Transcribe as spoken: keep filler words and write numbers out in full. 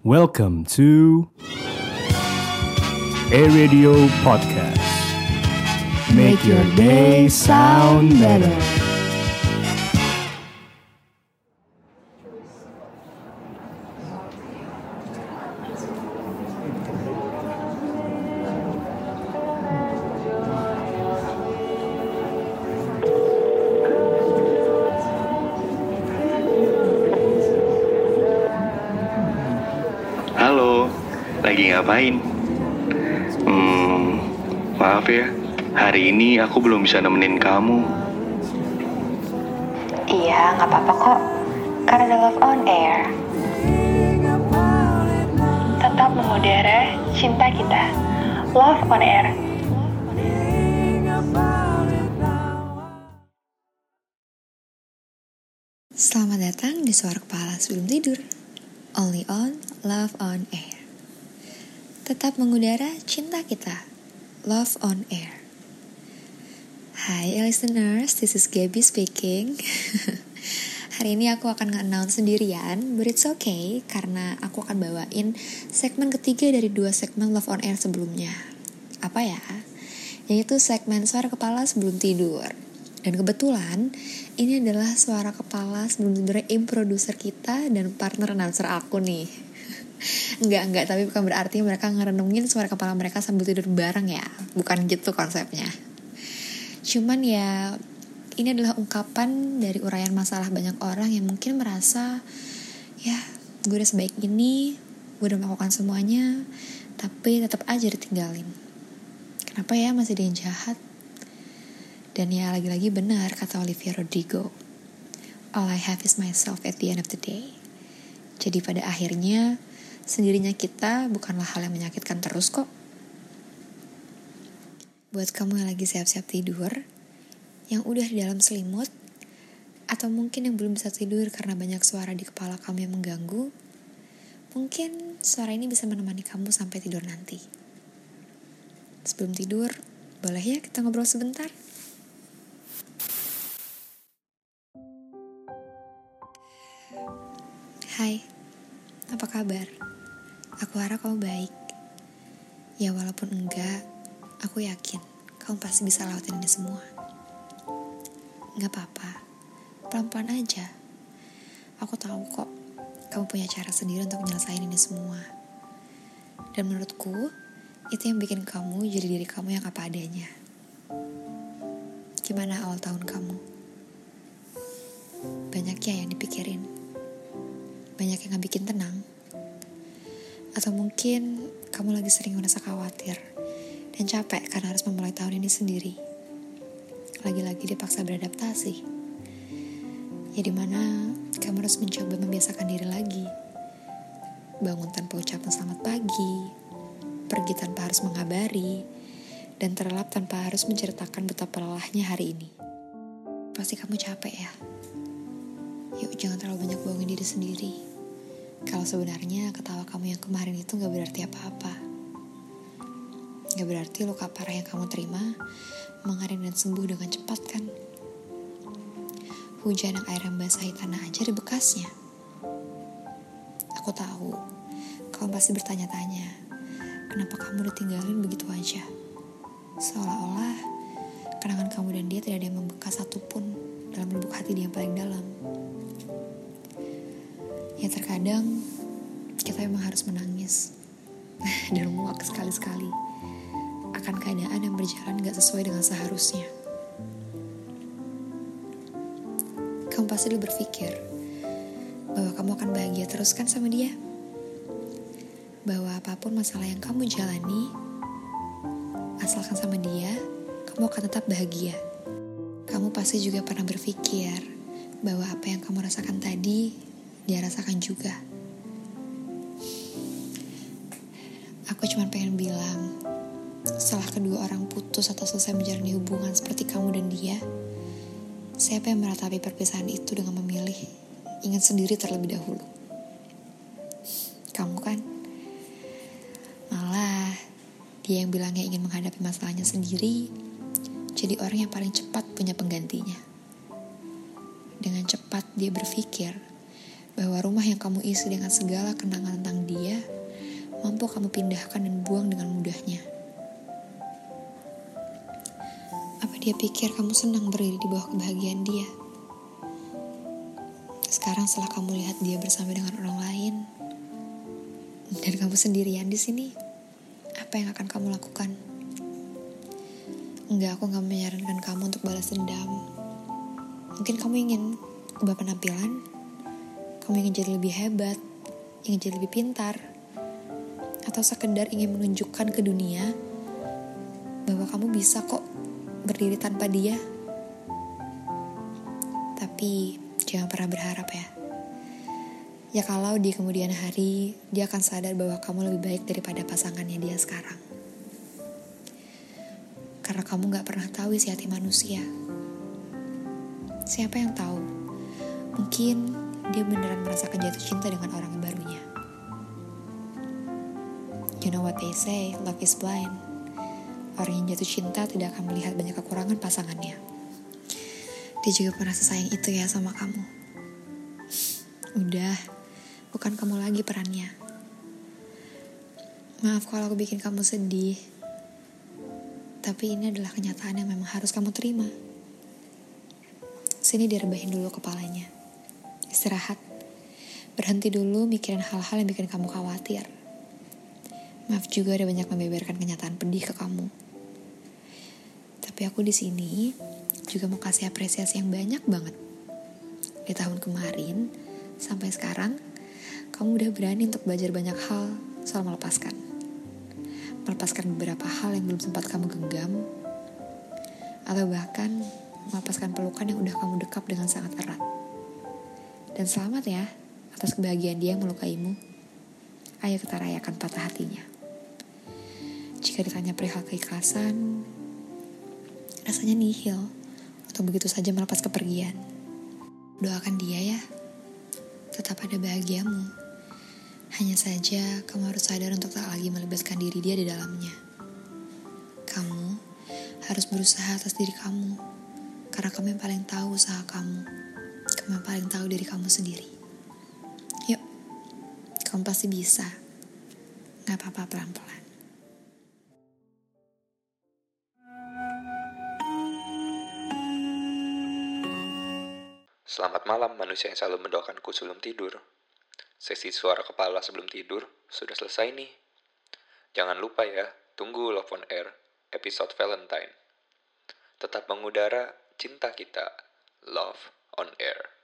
Welcome to A Radio Podcast. Make your day sound better. Halo, lagi ngapain? Hmm, maaf ya, hari ini aku belum bisa nemenin kamu. Iya, nggak apa-apa kok. Karena ada Love on Air. Tetap mengudara cinta kita. Love on Air. Selamat datang di Suara Kepala Sebelum Tidur. Only on Love on Air. Tetap mengudara cinta kita. Love on Air. Hai listeners, this is Gaby speaking. Hari ini aku akan nge-announce sendirian, but it's okay karena aku akan bawain segmen ketiga dari dua segmen Love on Air sebelumnya. Apa ya? Yaitu segmen Suara Kepala Sebelum Tidur. Dan kebetulan ini adalah suara kepala sebelum tidur im produser kita dan partner announcer aku nih. Enggak, enggak, tapi bukan berarti mereka ngerenungin suara kepala mereka sambil tidur bareng ya. Bukan gitu konsepnya. Cuman ya, ini adalah ungkapan dari uraian masalah banyak orang yang mungkin merasa, ya gue udah sebaik ini, gue udah melakukan semuanya, tapi tetap aja ditinggalin. Kenapa ya masih ada yang jahat? Dan ya lagi-lagi benar kata Olivia Rodrigo, all I have is myself at the end of the day. Jadi pada akhirnya sendirinya kita bukanlah hal yang menyakitkan terus kok. Buat kamu yang lagi siap-siap tidur, yang udah di dalam selimut, atau mungkin yang belum bisa tidur karena banyak suara di kepala kamu yang mengganggu, mungkin suara ini bisa menemani kamu sampai tidur nanti. Sebelum tidur, boleh ya kita ngobrol sebentar? Hai, apa kabar? Aku harap kamu baik. Ya walaupun enggak, aku yakin kamu pasti bisa lewatin ini semua. Gak apa-apa, pelan-pelan aja. Aku tahu kok, kamu punya cara sendiri untuk nyelesain ini semua. Dan menurutku, itu yang bikin kamu jadi diri kamu yang apa adanya. Gimana awal tahun kamu? Banyak ya yang dipikirin. Banyak yang gak bikin tenang. Atau mungkin kamu lagi sering merasa khawatir dan capek karena harus memulai tahun ini sendiri. Lagi-lagi dipaksa beradaptasi. Ya dimana kamu harus mencoba membiasakan diri lagi. Bangun tanpa ucapan selamat pagi, pergi tanpa harus mengabari, dan terlelap tanpa harus menceritakan betapa lelahnya hari ini. Pasti kamu capek ya? Yuk jangan terlalu banyak bohongin diri sendiri. Kalau sebenarnya ketawa kamu yang kemarin itu gak berarti apa-apa. Gak berarti luka parah yang kamu terima mengalir dan sembuh dengan cepat kan? Hujan yang air yang basahi tanah aja ada bekasnya. Aku tahu, kamu pasti bertanya-tanya, kenapa kamu ditinggalin begitu aja? Seolah-olah kenangan kamu dan dia tidak ada yang membekas satupun dalam lubuk hati dia yang paling dalam. Ya terkadang kita memang harus menangis dan muak sekali-sekali akan keadaan yang berjalan gak sesuai dengan seharusnya. Kamu pasti berpikir bahwa kamu akan bahagia terus kan sama dia? Bahwa apapun masalah yang kamu jalani, asalkan sama dia, kamu akan tetap bahagia. Kamu pasti juga pernah berpikir bahwa apa yang kamu rasakan tadi dia rasakan juga. Aku cuma pengen bilang, setelah kedua orang putus atau selesai menjalani hubungan seperti kamu dan dia, siapa yang meratapi perpisahan itu dengan memilih ingin sendiri terlebih dahulu? Kamu kan? Malah dia yang bilangnya ingin menghadapi masalahnya sendiri, jadi orang yang paling cepat punya penggantinya. Dengan cepat dia berpikir bahwa rumah yang kamu isi dengan segala kenangan tentang dia itu kamu pindahkan dan buang dengan mudahnya. Apa dia pikir kamu senang berdiri di bawah kebahagiaan dia? Sekarang setelah kamu lihat dia bersama dengan orang lain dan kamu sendirian di sini, apa yang akan kamu lakukan? Enggak, aku gak menyarankan kamu untuk balas dendam. Mungkin kamu ingin ubah penampilan, kamu ingin jadi lebih hebat, ingin jadi lebih pintar, atau sekedar ingin menunjukkan ke dunia bahwa kamu bisa kok berdiri tanpa dia. Tapi jangan pernah berharap ya. Ya kalau di kemudian hari dia akan sadar bahwa kamu lebih baik daripada pasangannya dia sekarang. Karena kamu gak pernah tahu isi hati manusia. Siapa yang tahu? Mungkin dia beneran merasakan jatuh cinta dengan orang barunya. You know what they say, love is blind. Orang yang jatuh cinta tidak akan melihat banyak kekurangan pasangannya. Dia juga pernah sesayang itu ya sama kamu. Udah, bukan kamu lagi perannya. Maaf kalau aku bikin kamu sedih. Tapi ini adalah kenyataan yang memang harus kamu terima. Sini direbahin dulu kepalanya. Istirahat. Berhenti dulu mikirin hal-hal yang bikin kamu khawatir. Maaf juga ada banyak membeberkan kenyataan pedih ke kamu. Tapi aku di sini juga mau kasih apresiasi yang banyak banget. Di tahun kemarin sampai sekarang, kamu udah berani untuk belajar banyak hal soal melepaskan. Melepaskan beberapa hal yang belum sempat kamu genggam, atau bahkan melepaskan pelukan yang udah kamu dekap dengan sangat erat. Dan selamat ya atas kebahagiaan dia yang melukaimu. Ayo kita rayakan patah hatinya. Jika ditanya perihal keikhlasan, rasanya nihil untuk begitu saja melepas kepergian. Doakan dia ya, tetap ada bahagiamu. Hanya saja kamu harus sadar untuk tak lagi melibatkan diri dia di dalamnya. Kamu harus berusaha atas diri kamu, karena kamu yang paling tahu usaha kamu. Kamu yang paling tahu diri kamu sendiri. Yuk, kamu pasti bisa. Gak apa-apa, pelan-pelan. Selamat malam manusia yang selalu mendoakanku sebelum tidur. Sesi suara kepala sebelum tidur sudah selesai nih. Jangan lupa ya, tunggu Love on Air, episode Valentine. Tetap mengudara cinta kita, Love on Air.